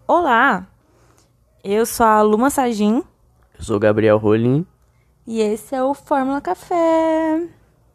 Olá, eu sou a Lu Massagin Eu sou o Gabriel Rolim. e esse é o Fórmula Café.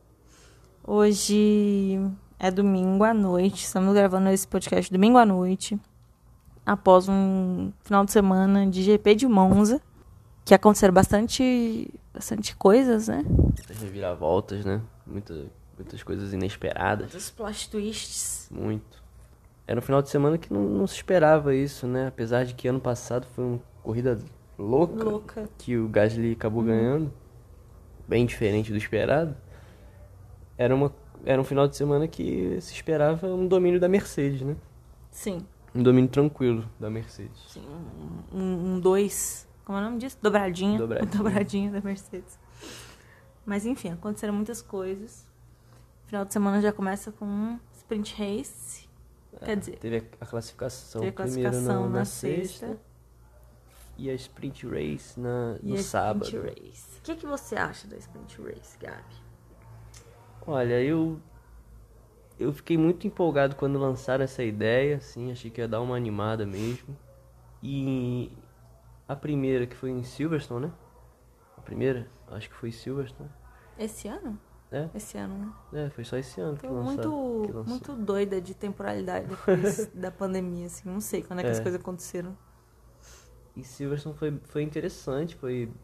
Hoje é domingo à noite, estamos gravando esse podcast domingo à noite, após um final de semana de GP de Monza, que aconteceram bastante coisas, né? Muitas reviravoltas, né? Muitas coisas inesperadas. Muitos plot twists. Muito. Era um final de semana que não se esperava isso, né? Apesar de que ano passado foi uma corrida louca. Que o Gasly acabou ganhando. Bem diferente do esperado. Era um final de semana que se esperava um domínio da Mercedes, né? Sim. Um domínio tranquilo da Mercedes. Sim, um dois. Como é o nome disso? Dobradinha. Dobradinha da Mercedes. Mas enfim, aconteceram muitas coisas. Final de semana já começa com um sprint race. Quer dizer, Teve a classificação. teve a classificação Primeiro na sexta. E a sprint race no E a sábado. sprint race. O que você acha da sprint race, Gabi? Olha, eu fiquei muito empolgado quando lançaram essa ideia, assim, achei que ia dar uma animada mesmo. E a primeira, que foi em Silverstone, né? A primeira, acho que foi em Silverstone. Esse ano? É? Esse ano, né? Foi só esse ano que Tô lançaram. muito doida de temporalidade depois da pandemia, assim. Não sei quando é que as coisas aconteceram. E Silverstone foi interessante,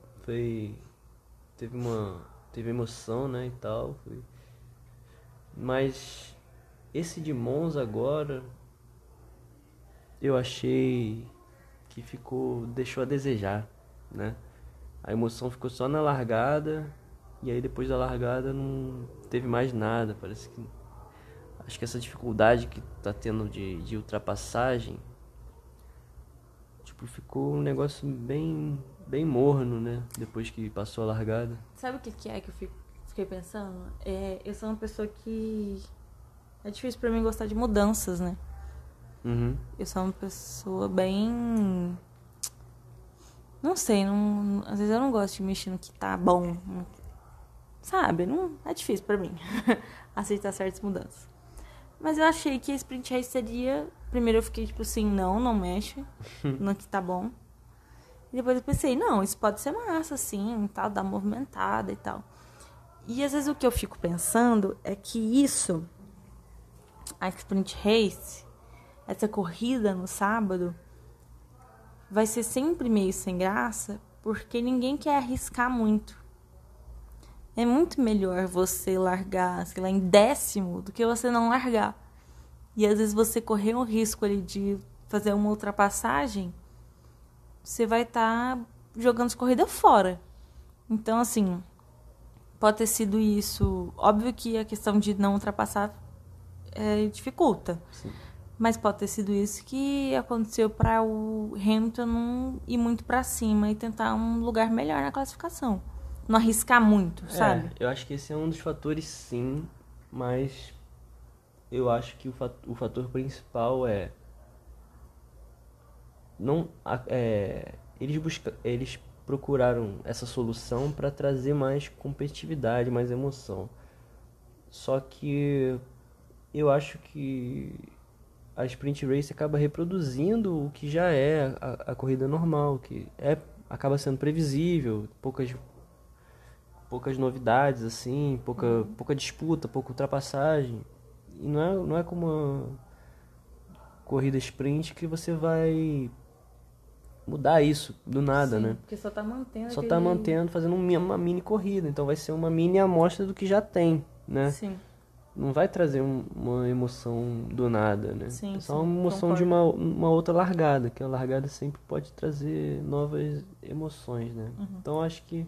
teve emoção, né, e tal. Mas esse de Monza agora, eu achei que deixou a desejar, né? A emoção ficou só na largada, e aí depois da largada não teve mais nada. Acho que essa dificuldade que tá tendo de ultrapassagem, tipo, ficou um negócio bem morno, né? Depois que passou a largada. Sabe o que é que eu fiquei pensando? Eu sou uma pessoa que... É difícil pra mim gostar de mudanças, né? Uhum. Eu sou uma pessoa bem... Não sei, às vezes eu não gosto de mexer no que tá bom. Sabe? Não, é difícil pra mim aceitar certas mudanças. Mas eu achei que a sprint race seria... Primeiro eu fiquei tipo assim, não mexe no que tá bom. E depois eu pensei, não, isso pode ser massa, assim, tal, dar movimentada e tal. E às vezes o que eu fico pensando é que isso, a sprint race, essa corrida no sábado, vai ser sempre meio sem graça, porque ninguém quer arriscar muito. É muito melhor você largar, sei lá, em 10º do que você não largar. E às vezes você correr um risco ali de fazer uma ultrapassagem, você vai estar jogando as corridas fora. Então, assim, pode ter sido isso. Óbvio que a questão de não ultrapassar dificulta. Sim. Mas pode ter sido isso que aconteceu para o Hamilton não ir muito para cima e tentar um lugar melhor na classificação. Não arriscar muito, sabe? Eu acho que esse é um dos fatores, sim, mas eu acho que o fator principal é eles procuraram essa solução para trazer mais competitividade, mais emoção. Só que eu acho que a sprint race acaba reproduzindo o que já é a corrida normal, que acaba sendo previsível, poucas novidades, assim, pouca disputa, pouca ultrapassagem. E não é como uma corrida sprint que você vai mudar isso do nada, Sim, né? porque só tá mantendo Só tá mantendo, fazendo uma mini corrida. Então vai ser uma mini amostra do que já tem, né? Sim. Não vai trazer uma emoção do nada, né? Sim, É só uma sim, emoção de uma outra largada, que a largada sempre pode trazer novas emoções, né? Então acho que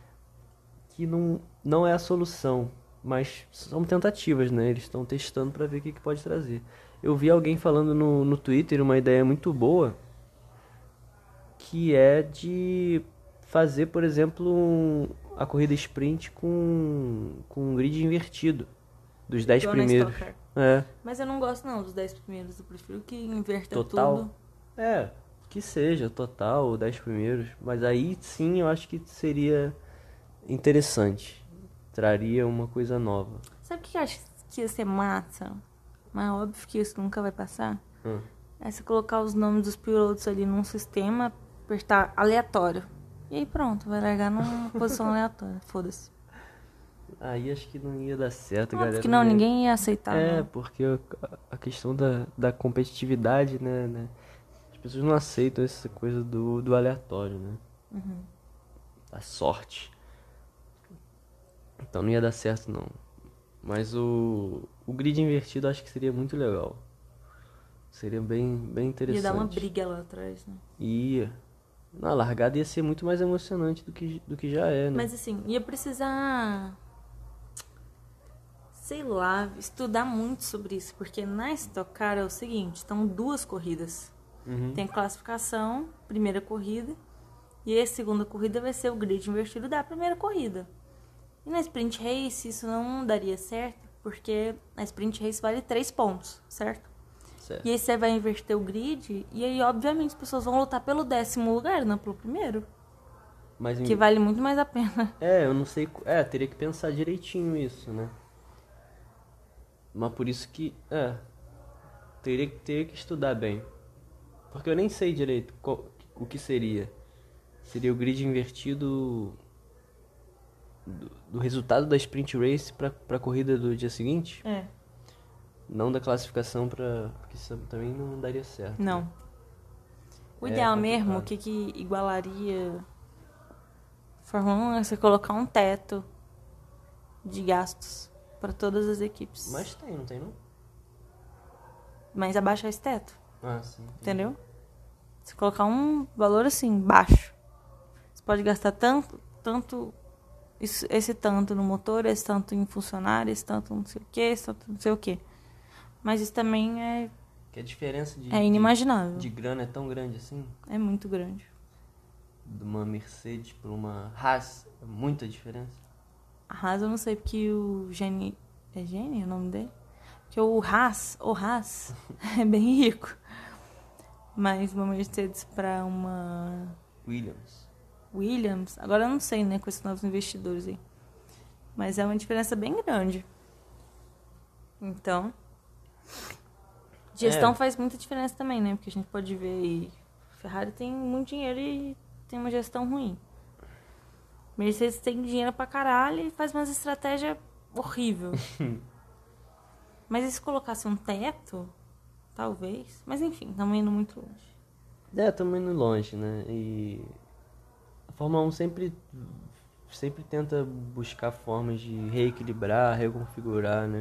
não é a solução, mas são tentativas, né? Eles estão testando para ver o que pode trazer. Eu vi alguém falando no Twitter uma ideia muito boa, que é de fazer, por exemplo, a corrida sprint com um grid invertido dos 10 Igual na primeiros. Stock Car. É, Mas eu não gosto não dos 10 primeiros, eu prefiro que inverta total. tudo. Que seja total, 10 primeiros. Mas aí sim eu acho que seria interessante. Traria uma coisa nova. Sabe o que eu acho que ia ser massa? Mas óbvio que isso nunca vai passar. É você colocar os nomes dos pilotos ali num sistema, apertar aleatório. E aí pronto, vai largar numa posição aleatória. Foda-se. Aí acho que não ia dar certo, Óbvio galera. que não, ninguém ia aceitar, É, não. porque a questão da competitividade, né? As pessoas não aceitam essa coisa do aleatório, né? A sorte. Então não ia dar certo, não. Mas o grid invertido acho que seria muito legal. Seria bem Ia dar uma interessante. briga lá atrás, né? Ia. Na largada ia ser muito mais emocionante do que já é, né? Mas assim, ia precisar, sei lá, estudar muito sobre isso. Porque na Stock Car é o seguinte, estão 2 corridas. Uhum. Tem classificação, primeira corrida. E a segunda corrida vai ser o grid invertido da primeira corrida. E na Sprint Race isso não daria certo, porque a Sprint Race vale 3 pontos, certo? Certo. E aí você vai inverter o grid, e aí obviamente as pessoas vão lutar pelo 10º lugar, não pelo primeiro. Mas Que vale muito mais a pena. eu não sei. Teria que pensar direitinho isso, né? Mas por isso que. Teria que estudar bem. Porque eu nem sei direito o que seria. Seria o grid invertido do resultado da sprint race pra corrida do dia seguinte? É. Não da classificação pra. Porque isso também não daria certo. Não. Né? O É ideal complicado. mesmo, o que igualaria Fórmula 1 é você colocar um teto de gastos para todas as equipes. Mas tem, não tem não? Mas abaixar esse teto, Ah, sim. Entendi. entendeu? Você colocar um valor assim, baixo. Você pode gastar tanto esse tanto no motor, esse tanto em funcionário, esse tanto não sei o que, esse tanto não sei o que. Mas isso também Que a diferença é inimaginável. de grana é tão grande assim? É muito grande. De uma Mercedes pra uma Haas, é muita diferença. A Haas eu não sei porque o Gene... É Gene o nome dele? Porque o Haas é bem rico. Mas uma Mercedes pra uma Williams, agora eu não sei, né, com esses novos investidores aí. Mas é uma diferença bem grande. Então, gestão faz muita diferença também, né? Porque a gente pode ver aí, Ferrari tem muito dinheiro e tem uma gestão ruim. Mercedes tem dinheiro pra caralho e faz umas estratégias horrível. Mas e se colocasse um teto? Talvez. Mas enfim, estamos indo muito longe. Estamos indo longe, né? E a Fórmula 1 sempre tenta buscar formas de reequilibrar, reconfigurar, né?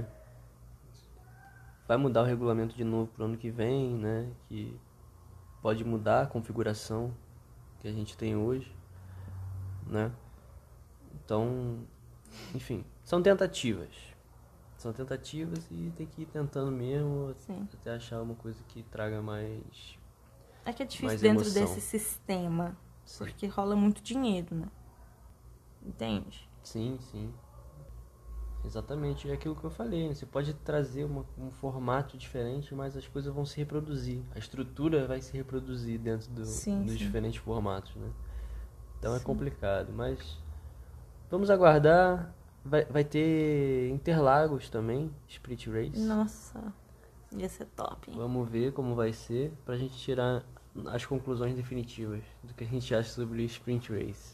Vai mudar o regulamento de novo pro ano que vem, né? Que pode mudar a configuração que a gente tem hoje, né? Então, enfim, são tentativas. São tentativas e tem que ir tentando mesmo. Sim. Até achar uma coisa que traga mais. É que é difícil mais dentro emoção. desse sistema. Sim. Porque rola muito dinheiro, né? Entende? Sim. Exatamente, é aquilo que eu falei, né? Você pode trazer um formato diferente, mas as coisas vão se reproduzir. A estrutura vai se reproduzir dentro dos diferentes formatos, né? Então é complicado, mas vamos aguardar. Vai ter Interlagos também, Sprint Race. Nossa, ia ser top, hein? Vamos ver como vai ser pra gente tirar as conclusões definitivas do que a gente acha sobre o Sprint Race.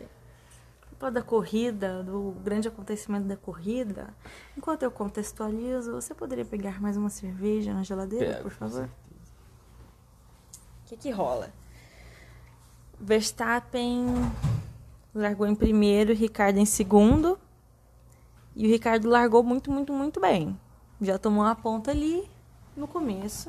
Da corrida, do grande acontecimento da corrida, enquanto eu contextualizo, você poderia pegar mais uma cerveja na geladeira, por favor? O que rola? Verstappen largou em primeiro, Ricardo em segundo, e o Ricardo largou muito bem. Já tomou a ponta ali no começo.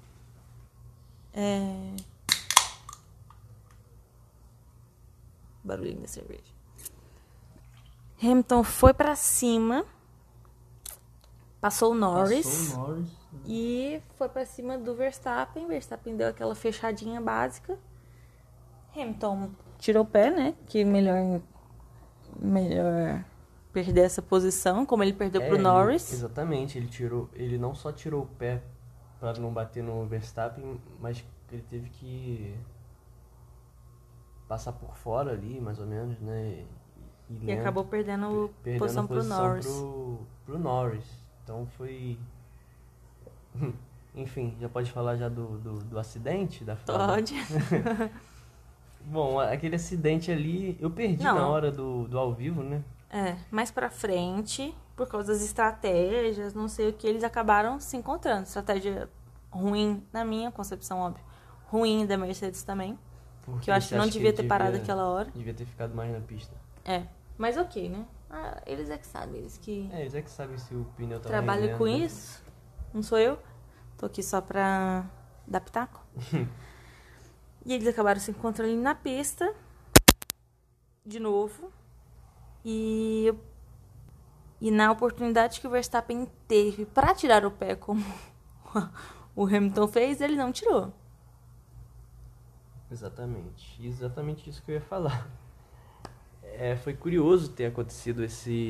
Barulhinho da cerveja. Hamilton foi pra cima, passou o Norris e foi pra cima do Verstappen. Verstappen deu aquela fechadinha básica. Hamilton tirou o pé, né? Que melhor perder essa posição, como ele perdeu pro Norris. Exatamente, ele não só tirou o pé pra não bater no Verstappen, mas ele teve que passar por fora ali, mais ou menos, né? E acabou perdendo posição pro Norris. Pro Norris. Então foi... enfim, já pode falar já do acidente da Pode. Bom, aquele acidente ali, eu perdi Não. na hora do ao vivo, né? Mais pra frente, por causa das estratégias, não sei o que, eles acabaram se encontrando. Estratégia ruim, na minha concepção, óbvio. Ruim da Mercedes também. Porque Que eu acho você que não acha devia ter parado aquela hora. Devia ter ficado mais na pista. Mas ok, né? Eles é que sabem, eles que Eles é que sabem se o pneu tá trabalham com rendendo, né? isso. Não sou eu. Tô aqui só pra dar pitaco. E eles acabaram se encontrando ali na pista. De novo. E na oportunidade que o Verstappen teve pra tirar o pé, como o Hamilton fez, ele não tirou. Exatamente. Exatamente isso que eu ia falar. Foi curioso ter acontecido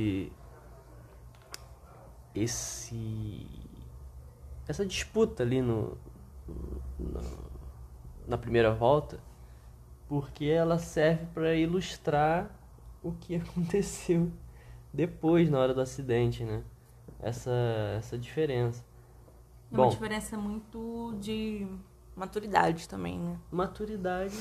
essa disputa ali na primeira volta, porque ela serve para ilustrar o que aconteceu depois, na hora do acidente, né? Essa diferença. É uma diferença muito de maturidade também, né? Maturidade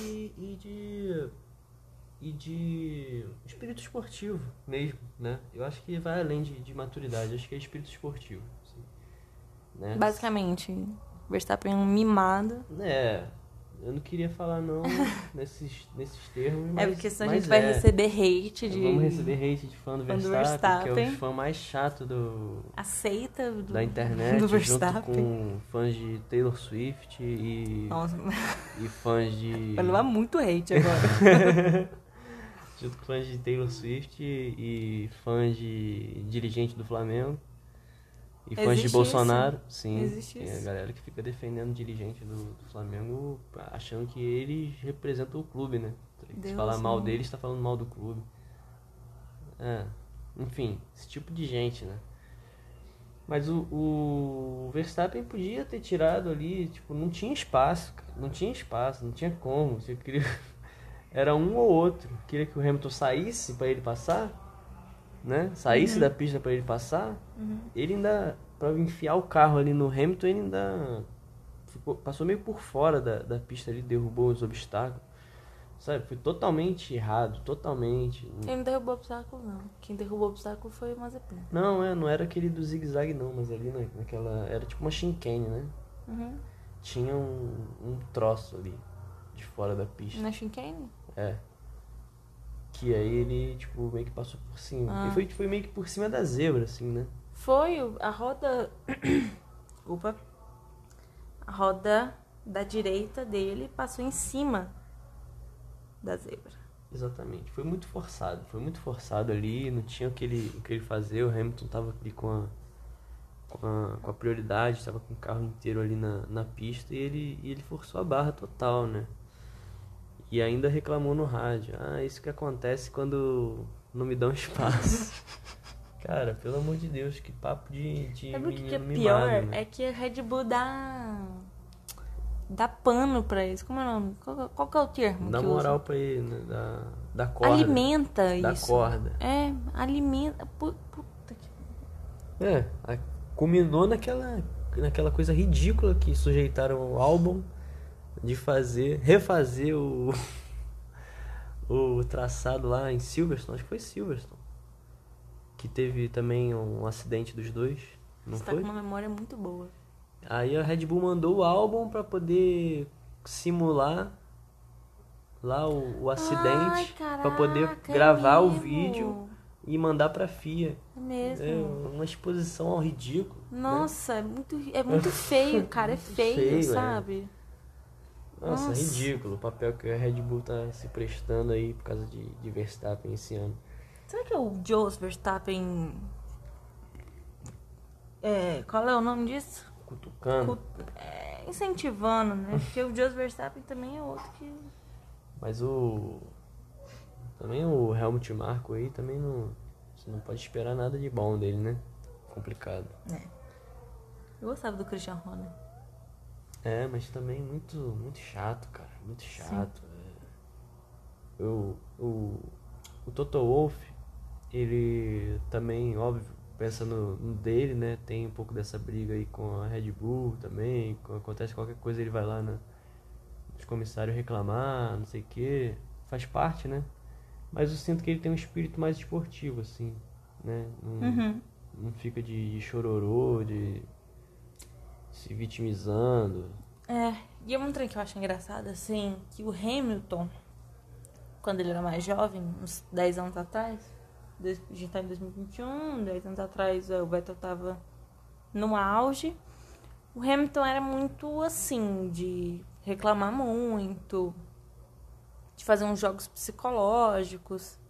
e de espírito esportivo mesmo, né? Eu acho que vai além de maturidade, acho que é espírito esportivo, assim, né? Basicamente, Verstappen é um mimado. Eu não queria falar não nesses termos, mas Porque senão a gente vai receber hate de... Vamos receber hate de fã do Verstappen, que é o fã mais chato Aceita da internet, do junto Verstappen. com fãs de Taylor Swift e fãs de... Vai levar muito hate agora. Junto com fãs de Taylor Swift e fãs de dirigente do Flamengo. E fãs de Bolsonaro. Sim, existe tem a isso. galera que fica defendendo o dirigente do Flamengo, achando que eles representam o clube, né? Se falar mal deles, está falando mal do clube. Enfim, esse tipo de gente, né? Mas o Verstappen podia ter tirado ali, tipo, não tinha espaço, cara. Não tinha como. Você queria... Era um ou outro. Queria que o Hamilton saísse para ele passar, né? Saísse da pista para ele passar. Ele ainda, para enfiar o carro ali no Hamilton, ele ainda passou meio por fora da pista ali, derrubou os obstáculos. Sabe? Foi totalmente errado, totalmente. Ele não derrubou o obstáculo, não. Quem derrubou o obstáculo foi o Mazepin. Não era aquele do zigue-zague não, mas ali naquela... Era tipo uma chicane, né? Tinha um troço ali, de fora da pista. Na chicane? Que aí ele, tipo, meio que passou por cima. E foi meio que por cima da zebra, assim, né? Foi a roda... Desculpa. A roda da direita dele passou em cima da zebra. Exatamente. Foi muito forçado ali, não tinha o que ele fazer. O Hamilton tava ali com a prioridade, tava com o carro inteiro ali na pista e ele forçou a barra total, né? E ainda reclamou no rádio. Isso que acontece quando não me dão espaço. Cara, pelo amor de Deus, que papo de Sabe o que é menino pior? mimado, né? É que a Red Bull dá pano pra isso. Como é o nome? Qual que é o termo? Dá que moral usa? pra ele, né? Da corda. Alimenta da isso. corda. Alimenta. Puta que... Culminou naquela coisa ridícula que sujeitaram o álbum de refazer o traçado lá em Silverstone, acho que foi Silverstone, que teve também um acidente dos dois, não Você foi? tá com uma memória muito boa. Aí a Red Bull mandou o álbum pra poder simular lá o acidente, pra poder gravar o vídeo e mandar pra FIA. É mesmo. Uma exposição ao ridículo. Nossa, né? é muito feio, cara. É feio, sabe? Nossa, ridículo o papel que a Red Bull tá se prestando aí por causa de Verstappen esse ano. Será que é o Jos Verstappen... qual é o nome disso? Cutucando. Incentivando, né? Porque o Jos Verstappen também é outro que... Mas também o Helmut Marko aí também você não pode esperar nada de bom dele, né? Complicado. Eu gostava do Christian Horner. Mas também muito, muito chato, cara. Muito chato. O Toto Wolff, ele também, óbvio, pensa no dele, né? Tem um pouco dessa briga aí com a Red Bull também. Quando acontece qualquer coisa, ele vai lá nos comissários reclamar, não sei o que. Faz parte, né? Mas eu sinto que ele tem um espírito mais esportivo, assim, né? Não fica de chororô, de se vitimizando. E é um trem que eu acho engraçado, assim, que o Hamilton, quando ele era mais jovem, uns 10 anos atrás, a gente tá em 2021, 10 anos atrás o Vettel tava no auge. O Hamilton era muito assim, de reclamar muito, de fazer uns jogos psicológicos.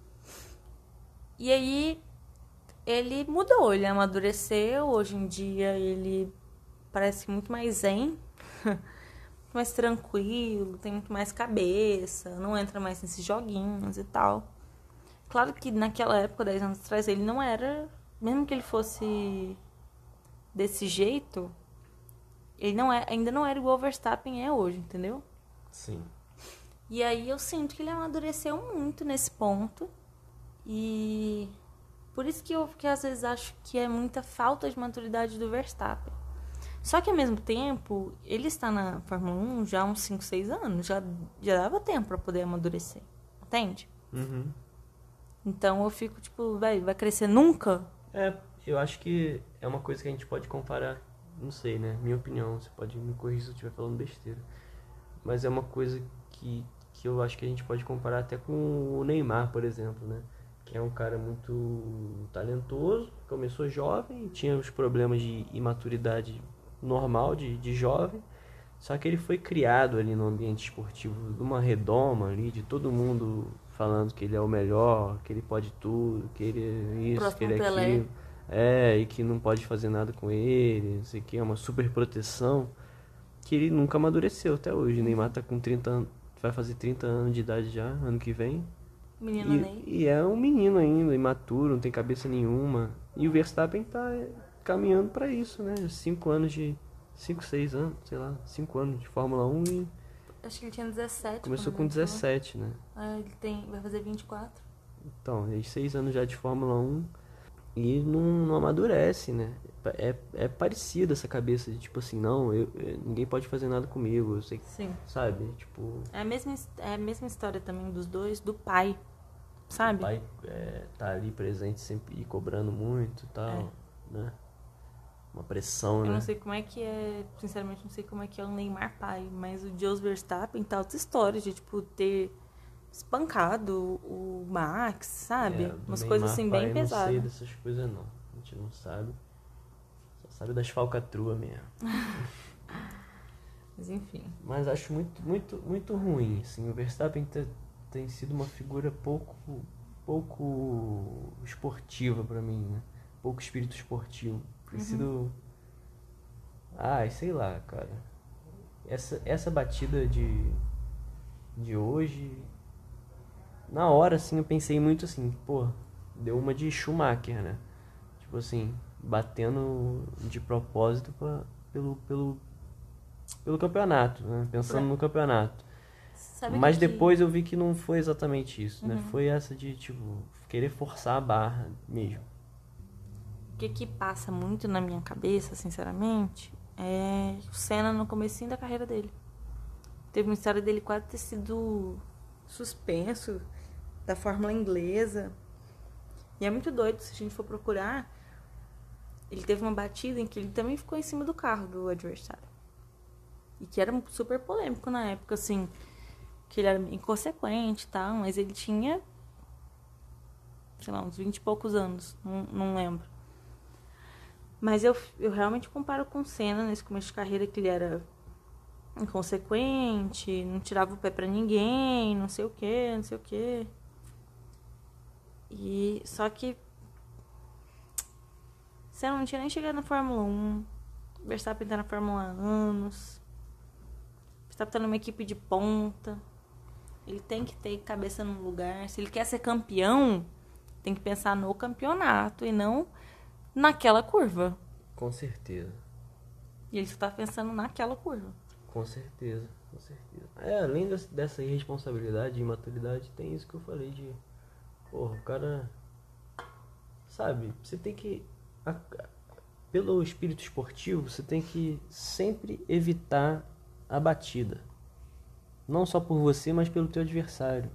E aí ele mudou, ele amadureceu. Hoje em dia ele parece muito mais zen, muito mais tranquilo, tem muito mais cabeça, não entra mais nesses joguinhos e tal. Claro que naquela época, 10 anos atrás, ele não era, mesmo que ele fosse desse jeito, ele ainda não era igual o Verstappen é hoje, entendeu? Sim. E aí eu sinto que ele amadureceu muito nesse ponto. E por isso que às vezes acho que é muita falta de maturidade do Verstappen. Só que ao mesmo tempo, ele está na Fórmula 1 já há uns 5, 6 anos. Já dava tempo pra poder amadurecer. Entende? Uhum. Então eu fico tipo, vai crescer nunca? Eu acho que é uma coisa que a gente pode comparar, não sei, né? Minha opinião, você pode me corrigir se eu estiver falando besteira. Mas é uma coisa que eu acho que a gente pode comparar até com o Neymar, por exemplo, né? Que é um cara muito talentoso, começou jovem, tinha os problemas de imaturidade normal de jovem, só que ele foi criado ali no ambiente esportivo, numa redoma ali, de todo mundo falando que ele é o melhor, que ele pode tudo, que ele é isso, Próximo que ele é Pelé. aquilo. E que não pode fazer nada com ele, não sei o que, é uma super proteção, que ele nunca amadureceu até hoje. O Neymar tá com 30 anos, vai fazer 30 anos de idade já, ano que vem. Menino Ney. E é um menino ainda, imaturo, não tem cabeça nenhuma. E o Verstappen tá caminhando pra isso, né? 5, 6 anos, sei lá, 5 anos de Fórmula 1 e Acho que ele tinha 17. começou com quando ele 17, né? falou. Ele vai fazer 24. Então, ele 6 anos já de Fórmula 1 e não amadurece, né? É parecido essa cabeça de tipo assim, não, ninguém pode fazer nada comigo, eu sei, Sim. sabe? Tipo, É a mesma história também dos dois, do pai, sabe? o pai tá ali presente sempre e cobrando muito e tal, né? Uma pressão, Eu né? não sei como é que é, sinceramente não sei como é que é o Neymar pai, mas o Jos Verstappen tá outra história de, tipo, ter espancado o Max, sabe? Do Umas Neymar, coisas assim pai, bem eu não sei pesadas. dessas coisas não. A gente não sabe. Só sabe das falcatruas mesmo. Mas enfim. Mas acho muito, muito, muito ruim, assim. O Verstappen tem sido uma figura pouco esportiva pra mim, né? Pouco espírito esportivo. Tem sido... sei lá, cara. Essa batida de hoje... Na hora, assim, eu pensei muito assim, pô, deu uma de Schumacher, né? Tipo assim, batendo de propósito pelo campeonato, né? Pensando no campeonato. Sabe o Mas que depois eu vi que não foi exatamente isso, né? Foi essa de, tipo, querer forçar a barra mesmo. que passa muito na minha cabeça, sinceramente, é o Senna no comecinho da carreira dele. Teve uma história dele quase ter sido suspenso da Fórmula Inglesa. E é muito doido, se a gente for procurar, ele teve uma batida em que ele também ficou em cima do carro do adversário. E que era super polêmico na época, assim, que ele era inconsequente e tal, mas ele tinha, sei lá, uns 20 e poucos anos, não lembro. Mas eu realmente comparo com o Senna nesse começo de carreira, que ele era inconsequente, não tirava o pé pra ninguém, não sei o que, não sei o que. E só que Senna não tinha nem chegado na Fórmula 1. Verstappen tá na Fórmula há anos. Verstappen tá numa equipe de ponta. Ele tem que ter cabeça no lugar. Se ele quer ser campeão, tem que pensar no campeonato e não naquela curva. Com certeza. E ele só tá pensando naquela curva. Com certeza, com certeza. Além dessa irresponsabilidade e imaturidade, tem isso que eu falei de... Porra, o cara... Sabe, você tem que a- pelo espírito esportivo, você tem que sempre evitar a batida. Não só por você, mas pelo teu adversário.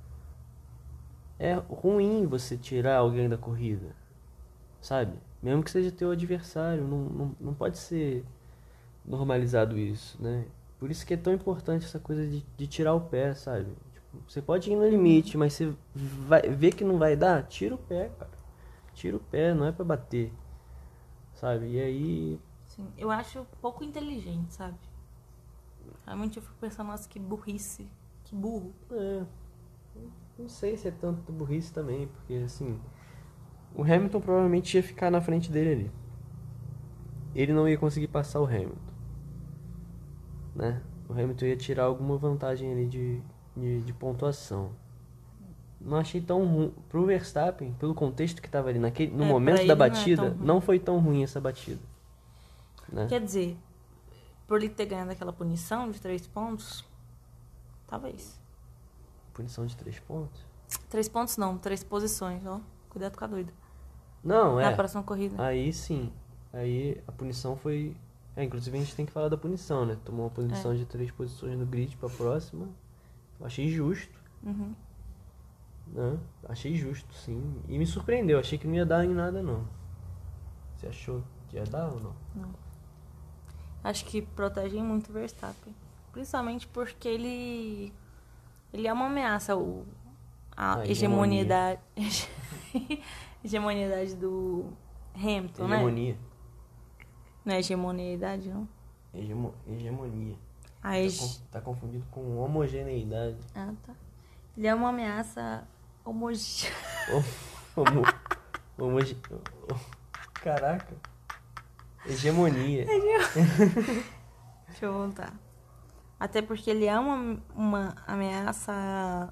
É ruim você tirar alguém da corrida, sabe? Mesmo que seja teu adversário, não pode ser normalizado isso, né? Por isso que é tão importante essa coisa de tirar o pé, sabe? Tipo, você pode ir no limite, mas você vai ver que não vai dar, tira o pé, cara. Tira o pé, não é pra bater, sabe? E aí, Sim, eu acho pouco inteligente, sabe? Realmente eu fico pensando, nossa, que burrice, que burro. não sei se é tanto burrice também, porque assim, o Hamilton provavelmente ia ficar na frente dele ali. Ele não ia conseguir passar o Hamilton, né? O Hamilton ia tirar alguma vantagem ali de pontuação. Não achei tão ruim. Pro Verstappen, pelo contexto que tava ali no Pra momento da ele não é tão batida, ruim. não foi tão ruim essa batida, né? Quer dizer, por ele ter ganhado aquela punição de 3 pontos, talvez. Punição de 3 pontos? 3 pontos não, 3 posições, ó. Cuidado com a doida. Não, Na próxima corrida. Aí sim. Aí a punição foi. Inclusive a gente tem que falar da punição, né? Tomou uma punição de 3 posições no grid pra próxima. Eu achei justo. Né? Achei justo, sim. E me surpreendeu. Achei que não ia dar em nada, não. Você achou que ia dar ou não? Acho que protegem muito o Verstappen. Principalmente porque ele é uma ameaça a hegemonia. hegemonidade do Hamilton, né? Hegemonia. Não é hegemonidade, não? Hegemonia. A Tá confundido com homogeneidade. Ah, tá. Ele é uma ameaça homogênea. Homo... homoge... Caraca. Hegemonia. Deixa eu voltar. Até porque ele é uma ameaça.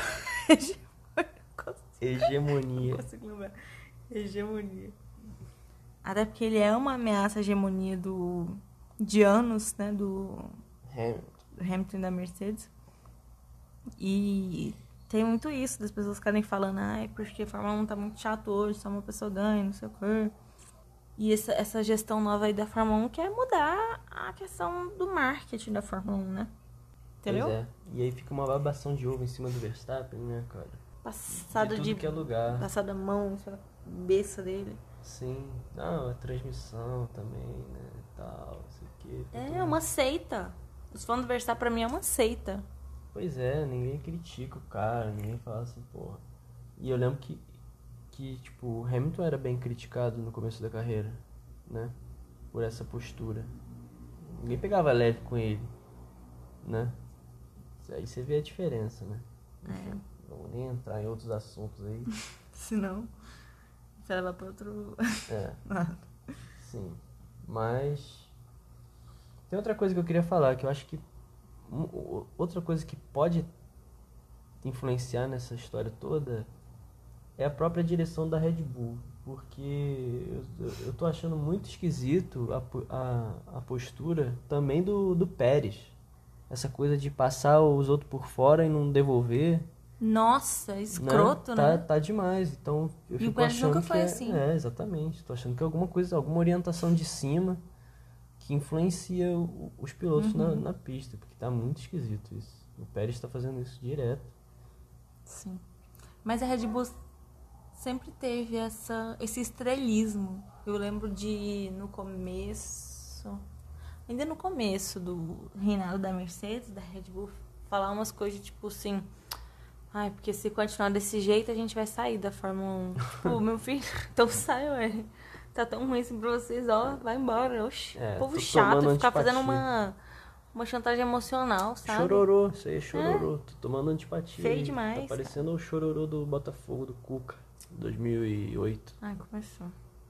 Hegemonia. Não consigo lembrar. Hegemonia. Até porque ele é uma ameaça à hegemonia de anos, né? Do Hamilton e da Mercedes. E tem muito isso, das pessoas ficarem falando, porque a Fórmula 1 tá muito chato hoje, só uma pessoa ganha, não sei o quê. E essa gestão nova aí da Fórmula 1 quer mudar a questão do marketing da Fórmula 1, né? Entendeu? Pois é. E aí fica uma babação de ovo em cima do Verstappen, né, cara? Passada de tudo que é lugar. Passada a mão, a cabeça dele. Sim. Não, a transmissão também, né, e tal, não sei o quê. É uma seita. Os fãs do Verstappen pra mim é uma seita. Pois é, ninguém critica o cara, ninguém fala assim, porra. E eu lembro que tipo, o Hamilton era bem criticado no começo da carreira, né? Por essa postura. Ninguém pegava leve com ele, né? Aí você vê a diferença, né? Enfim, não vou nem entrar em outros assuntos aí. Se não, você leva pra outro... Sim. Mas tem outra coisa que eu queria falar, que eu acho que outra coisa que pode influenciar nessa história toda é a própria direção da Red Bull, porque eu tô achando muito esquisito a postura também do Pérez. Essa coisa de passar os outros por fora e não devolver. Nossa, escroto, né? Tá demais. Então eu fico o Pérez achando nunca que foi assim. Exatamente. Tô achando que é alguma orientação de cima que influencia os pilotos na pista, porque tá muito esquisito isso. O Pérez tá fazendo isso direto. Sim. Mas a Red Bull sempre teve esse estrelismo. Eu lembro ainda no começo do reinado da Mercedes, da Red Bull, falar umas coisas tipo assim, porque se continuar desse jeito a gente vai sair da Fórmula 1. Tipo, meu filho, então sai, ué. Tá tão ruim assim pra vocês, ó, vai embora. Oxi, povo chato, ficar fazendo uma chantagem emocional, sabe? Chororô, isso aí é chororô. Tô tomando antipatia. Feio demais. Tá parecendo o chororô do Botafogo, do Cuca, 2008. Começou.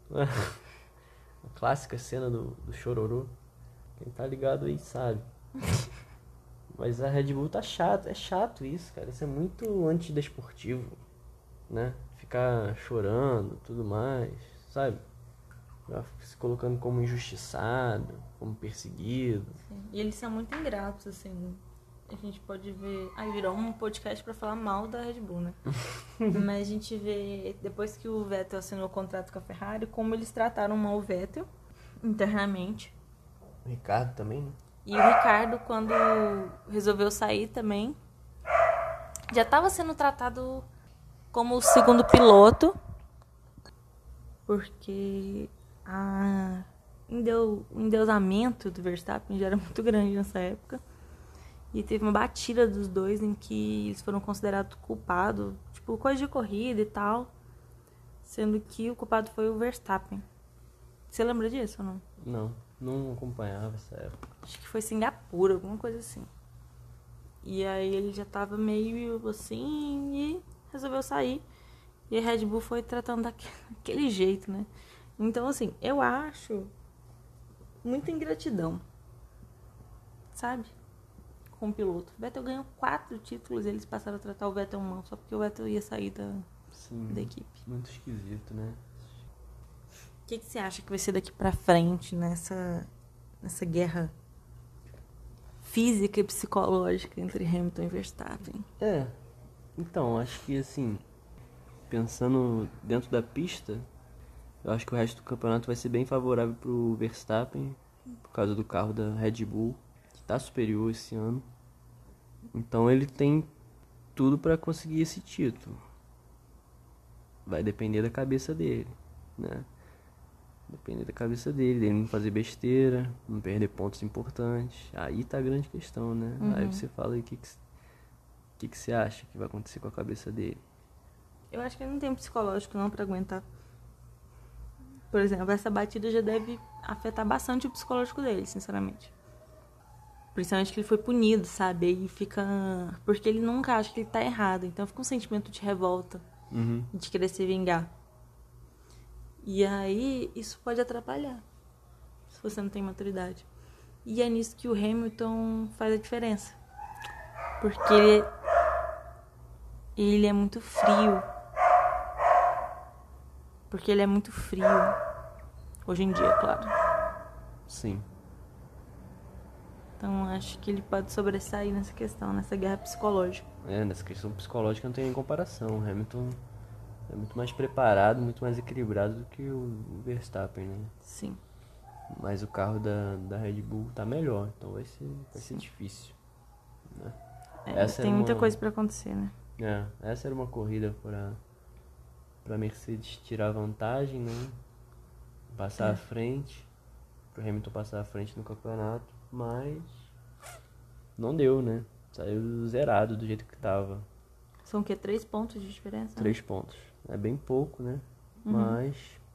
A clássica cena do chororô. Quem tá ligado aí sabe. Mas a Red Bull tá chato. É chato isso, cara. Isso é muito antidesportivo, né? Ficar chorando, tudo mais, sabe? Se colocando como injustiçado, como perseguido. Sim. E eles são muito ingratos, assim. a gente pode ver... Aí virou um podcast pra falar mal da Red Bull, né? Mas a gente vê, depois que o Vettel assinou o contrato com a Ferrari, como eles trataram mal o Vettel internamente. O Ricardo também, né? E o Ricardo, quando resolveu sair também, já estava sendo tratado como o segundo piloto, porque o endeusamento do Verstappen já era muito grande nessa época. E teve uma batida dos dois em que eles foram considerados culpados, tipo, coisa de corrida e tal, sendo que o culpado foi o Verstappen. Você lembra disso ou não? Não acompanhava essa época. Acho que foi Singapura, alguma coisa assim. E aí ele já tava meio assim e resolveu sair. E a Red Bull foi tratando daquele jeito, né? Então, assim, eu acho muita ingratidão, sabe? Com o piloto. O Vettel ganhou 4 títulos e eles passaram a tratar o Vettel mal só porque o Vettel ia sair da equipe. Muito esquisito, né? O que você acha que vai ser daqui pra frente nessa guerra física e psicológica entre Hamilton e Verstappen? Então, acho que assim, pensando dentro da pista, eu acho que o resto do campeonato vai ser bem favorável pro Verstappen, por causa do carro da Red Bull, que tá superior esse ano. Então ele tem tudo para conseguir esse título. Vai depender da cabeça dele, né? Depender da cabeça dele não fazer besteira, não perder pontos importantes. Aí tá a grande questão, né? Aí você fala aí o que você acha que vai acontecer com a cabeça dele. Eu acho que ele não tem psicológico não pra aguentar. Por exemplo, essa batida já deve afetar bastante o psicológico dele, sinceramente. Principalmente que ele foi punido, sabe? Aí fica... Porque ele nunca acha que ele tá errado. Então fica um sentimento de revolta, de querer se vingar. E aí, isso pode atrapalhar, se você não tem maturidade. E é nisso que o Hamilton faz a diferença. Porque ele é muito frio. Porque ele é muito frio. Hoje em dia, claro. Sim. Então, acho que ele pode sobressair nessa questão, nessa guerra psicológica. Nessa questão psicológica não tem nem comparação. O Hamilton é muito mais preparado, muito mais equilibrado do que o Verstappen, né? Sim. Mas o carro da Red Bull tá melhor, então vai ser difícil, né? Tem muita coisa pra acontecer, né? Essa era uma corrida pra Mercedes tirar vantagem, né? Passar à frente, pro Hamilton passar à frente no campeonato, mas não deu, né? Saiu zerado do jeito que tava. São o quê? 3 pontos de diferença? 3 pontos. É bem pouco, né? Mas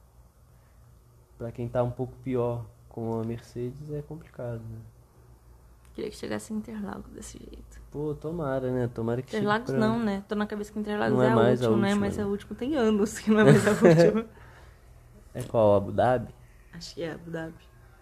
pra quem tá um pouco pior com a Mercedes é complicado, né? Queria que chegasse em Interlagos desse jeito. Pô, tomara, né? Tomara que chegue Interlagos não, né? Tô na cabeça que Interlagos Não é é a mais a última, né? última, Mas né? a última tem anos que não é mais a última. É qual? Abu Dhabi? Acho que é Abu Dhabi.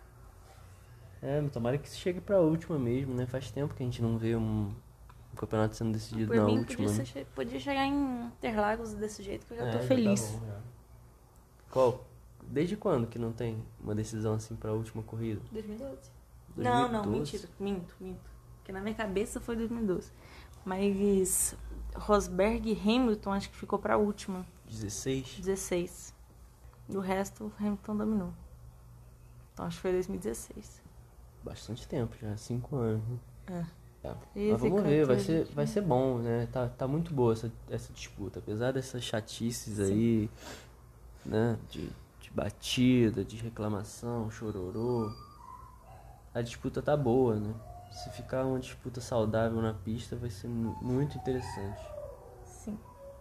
Tomara que chegue pra última mesmo, né? Faz tempo que a gente não vê um campeonato sendo decidido Por na mim, última. podia chegar em Interlagos desse jeito que eu já tô Já feliz. tá bom, já. Qual? Desde quando que não tem uma decisão assim pra última corrida? 2012. 2012? Não, mentira. Minto. Porque na minha cabeça foi 2012. Mas Rosberg e Hamilton acho que ficou pra última. 16? 16. Do resto, o Hamilton dominou. Então acho que foi 2016. Bastante tempo já, 5 anos. Né? Mas 13, vamos ver, 14, vai ser bom, né? Tá muito boa essa disputa. Apesar dessas chatices aí, né? De batida, de reclamação, chororô. A disputa tá boa, né? Se ficar uma disputa saudável na pista, vai ser muito interessante. Sim.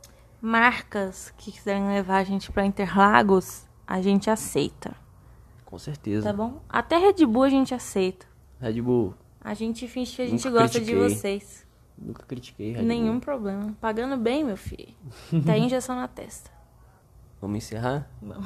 Marcas que quiserem levar a gente pra Interlagos, a gente aceita. Com certeza. Tá bom? Até Red Bull a gente aceita. Red Bull. A gente finge que a gente Nunca gosta critiquei. de vocês. Nunca critiquei Red Nenhum Bull. problema. Pagando bem, meu filho. Tá injeção na testa. Vamos encerrar? Bom.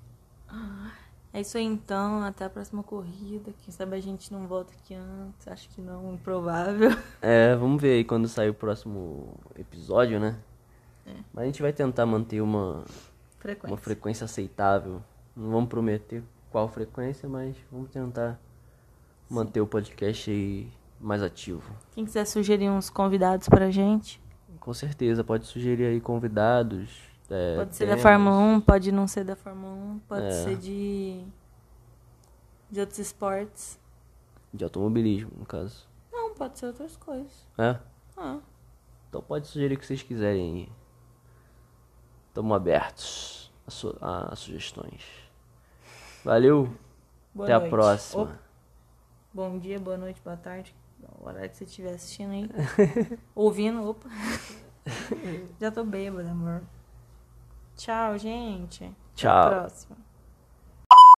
É isso aí então. Até a próxima corrida. Quem sabe a gente não volta aqui antes. Acho que não, improvável. Vamos ver aí quando sair o próximo episódio, né? Mas a gente vai tentar manter uma frequência aceitável. Não vamos prometer qual frequência, mas vamos tentar manter o podcast aí mais ativo. Quem quiser sugerir uns convidados pra gente. Com certeza, pode sugerir aí convidados. Pode ser da temas. Fórmula 1, pode não ser da Fórmula 1, pode É. ser de outros esportes. De automobilismo, no caso. Não, pode ser outras coisas. É? Ah, Então pode sugerir o que vocês quiserem aí. Estamos abertos a sugestões. Valeu. boa Até noite. a próxima. Opa. Bom dia, boa noite, boa tarde. O horário que você estiver assistindo aí. Ouvindo, opa. Já tô bêbada, amor. Tchau, gente. Tchau. Até a próxima.